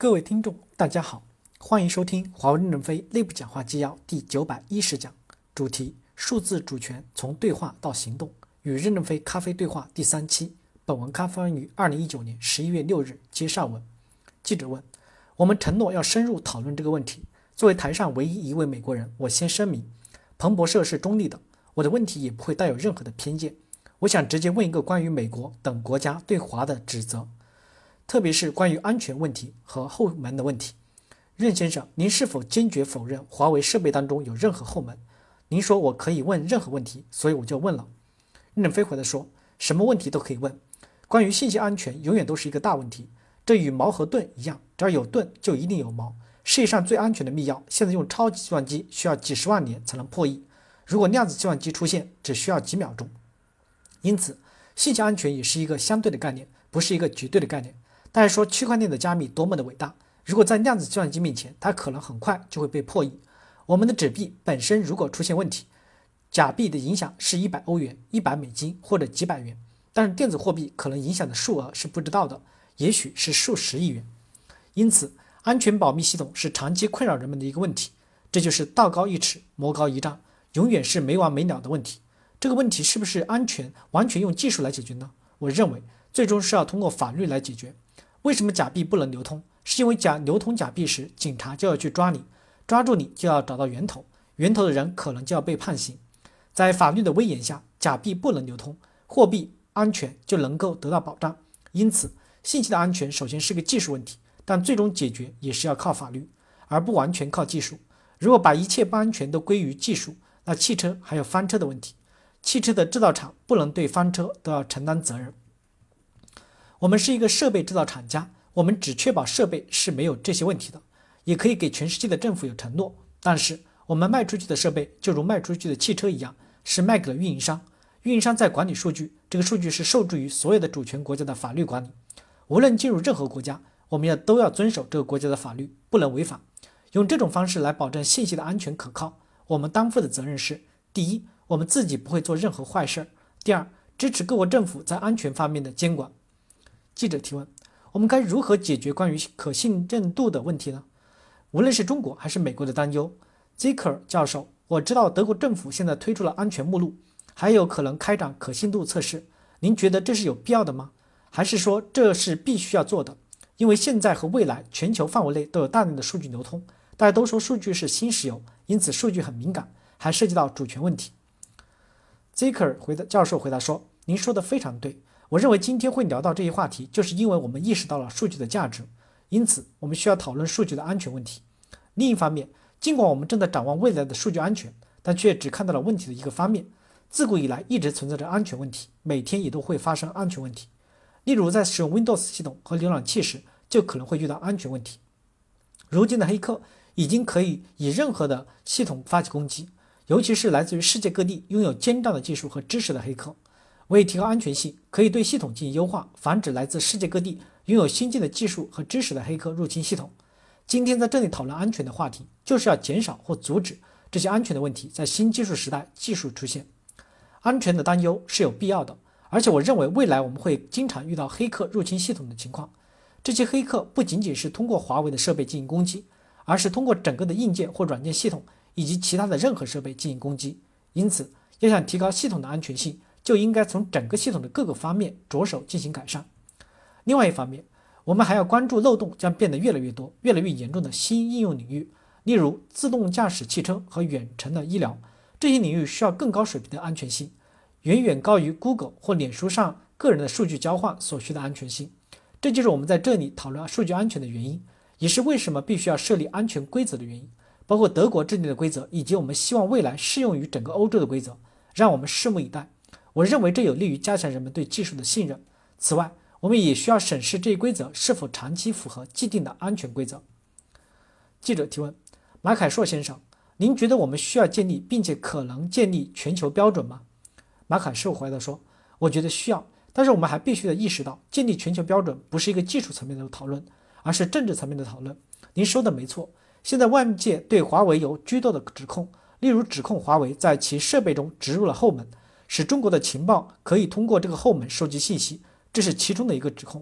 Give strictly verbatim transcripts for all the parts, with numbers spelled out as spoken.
各位听众，大家好，欢迎收听华为任正非内部讲话纪要第九百一十讲，主题：数字主权从对话到行动，与任正非咖啡对话第三期。本文刊发于二零一九年十一月六日，接上文。记者问：我们承诺要深入讨论这个问题。作为台上唯一一位美国人，我先声明，彭博社是中立的，我的问题也不会带有任何的偏见。我想直接问一个关于美国等国家对华的指责，特别是关于安全问题和后门的问题。任先生，您是否坚决否认华为设备当中有任何后门？您说我可以问任何问题，所以我就问了。任正非回答说，什么问题都可以问。关于信息安全永远都是一个大问题，这与矛和盾一样，只要有盾就一定有矛。世界上最安全的密钥，现在用超级计算机需要几十万年才能破译，如果量子计算机出现，只需要几秒钟。因此，信息安全也是一个相对的概念，不是一个绝对的概念。大家说区块链的加密多么的伟大，如果在量子计算机面前，它可能很快就会被破译。我们的纸币本身如果出现问题，假币的影响是一百欧元、一百美金或者几百元，但是电子货币可能影响的数额是不知道的，也许是数十亿元。因此，安全保密系统是长期困扰人们的一个问题，这就是道高一尺，魔高一丈，永远是没完没了的问题。这个问题是不是安全完全用技术来解决呢？我认为最终是要通过法律来解决。为什么假币不能流通？是因为假流通假币时，警察就要去抓你，抓住你就要找到源头，源头的人可能就要被判刑。在法律的威严下，假币不能流通，货币安全就能够得到保障。因此，信息的安全首先是个技术问题，但最终解决也是要靠法律，而不完全靠技术。如果把一切不安全都归于技术，那汽车还有翻车的问题。汽车的制造厂不能对翻车都要承担责任。我们是一个设备制造厂家，我们只确保设备是没有这些问题的，也可以给全世界的政府有承诺。但是我们卖出去的设备就如卖出去的汽车一样，是卖给了运营商，运营商在管理数据，这个数据是受制于所有的主权国家的法律管理。无论进入任何国家，我们要都要遵守这个国家的法律，不能违法。用这种方式来保证信息的安全可靠，我们担负的责任是：第一，我们自己不会做任何坏事；第二，支持各国政府在安全方面的监管。记者提问：我们该如何解决关于可信任度的问题呢？无论是中国还是美国的担忧 Zicker 教授，我知道德国政府现在推出了安全目录，还有可能开展可信度测试。您觉得这是有必要的吗？还是说这是必须要做的？因为现在和未来全球范围内都有大量的数据流通，大家都说数据是新石油，因此数据很敏感，还涉及到主权问题。Zicker 回答教授回答说，您说的非常对，我认为今天会聊到这一话题，就是因为我们意识到了数据的价值，因此我们需要讨论数据的安全问题。另一方面，尽管我们正在展望未来的数据安全，但却只看到了问题的一个方面。自古以来一直存在着安全问题，每天也都会发生安全问题。例如在使用 Windows 系统和浏览器时，就可能会遇到安全问题。如今的黑客已经可以以任何的系统发起攻击，尤其是来自于世界各地拥有尖端的技术和知识的黑客。为提高安全性，可以对系统进行优化，防止来自世界各地拥有先进的技术和知识的黑客入侵系统。今天在这里讨论安全的话题，就是要减少或阻止这些安全的问题在新技术时代技术出现。安全的担忧是有必要的，而且我认为未来我们会经常遇到黑客入侵系统的情况。这些黑客不仅仅是通过华为的设备进行攻击，而是通过整个的硬件或软件系统以及其他的任何设备进行攻击。因此，要想提高系统的安全性，就应该从整个系统的各个方面着手进行改善。另外一方面，我们还要关注漏洞将变得越来越多、越来越严重的新应用领域，例如自动驾驶汽车和远程的医疗。这些领域需要更高水平的安全性，远远高于 Google 或脸书上个人的数据交换所需的安全性。这就是我们在这里讨论数据安全的原因，也是为什么必须要设立安全规则的原因，包括德国制定的规则，以及我们希望未来适用于整个欧洲的规则。让我们拭目以待。我认为这有利于加强人们对技术的信任。此外，我们也需要审视这一规则是否长期符合既定的安全规则。记者提问：马凯硕先生，您觉得我们需要建立并且可能建立全球标准吗？马凯硕回答说，我觉得需要，但是我们还必须得意识到，建立全球标准不是一个技术层面的讨论，而是政治层面的讨论。您说的没错，现在外界对华为有居多的指控，例如指控华为在其设备中植入了后门，使中国的情报可以通过这个后门收集信息，这是其中的一个指控。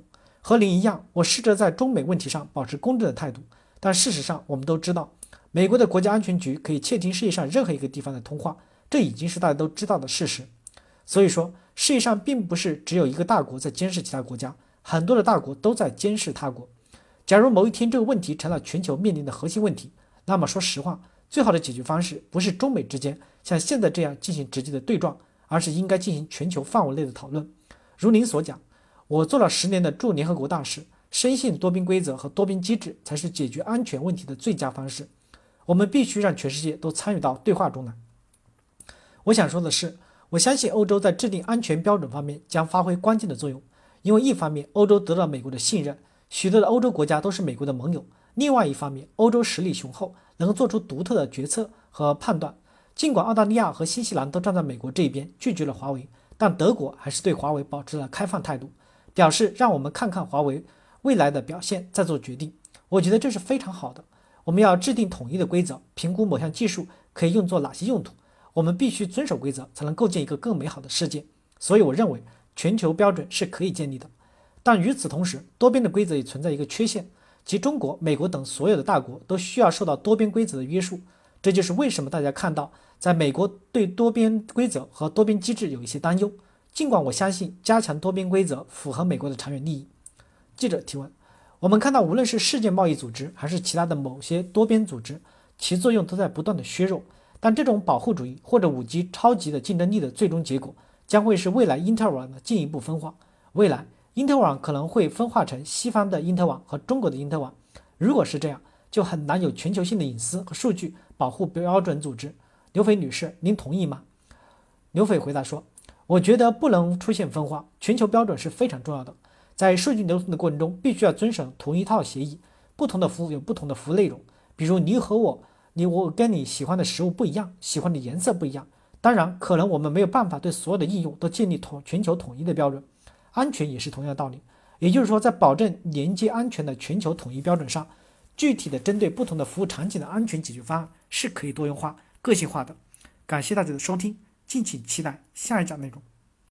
和您一样，我试着在中美问题上保持公正的态度，但事实上我们都知道，美国的国家安全局可以窃听世界上任何一个地方的通话，这已经是大家都知道的事实。所以说，世界上并不是只有一个大国在监视其他国家，很多的大国都在监视他国。假如某一天这个问题成了全球面临的核心问题，那么说实话，最好的解决方式不是中美之间像现在这样进行直接的对撞，而是应该进行全球范围内的讨论。如您所讲，我做了十年的驻联合国大使，深信多边规则和多边机制才是解决安全问题的最佳方式。我们必须让全世界都参与到对话中来。我想说的是，我相信欧洲在制定安全标准方面将发挥关键的作用，因为一方面欧洲得到美国的信任，许多的欧洲国家都是美国的盟友；另外一方面，欧洲实力雄厚，能够做出独特的决策和判断。尽管澳大利亚和新西兰都站在美国这一边，拒绝了华为，但德国还是对华为保持了开放态度，表示让我们看看华为未来的表现再做决定。我觉得这是非常好的。我们要制定统一的规则，评估某项技术可以用作哪些用途。我们必须遵守规则，才能构建一个更美好的世界。所以我认为全球标准是可以建立的，但与此同时，多边的规则也存在一个缺陷，即中国、美国等所有的大国都需要受到多边规则的约束。这就是为什么大家看到在美国对多边规则和多边机制有一些担忧，尽管我相信加强多边规则符合美国的长远利益。记者提问：我们看到无论是世界贸易组织还是其他的某些多边组织，其作用都在不断的削弱，但这种保护主义或者五 G 超级的竞争力的最终结果将会是未来因特网的进一步分化。未来因特网可能会分化成西方的因特网和中国的因特网，如果是这样，就很难有全球性的隐私和数据保护标准组织。刘斐女士，您同意吗？刘斐回答说，我觉得不能出现分化，全球标准是非常重要的。在数据流通的过程中，必须要遵守同一套协议，不同的服务有不同的服务内容，比如你和我你我跟你喜欢的食物不一样，喜欢的颜色不一样，当然可能我们没有办法对所有的应用都建立统全球统一的标准。安全也是同样的道理，也就是说，在保证连接安全的全球统一标准上，具体的针对不同的服务场景的安全解决方案是可以多元化、个性化的。感谢大家的收听，敬请期待下一讲内容。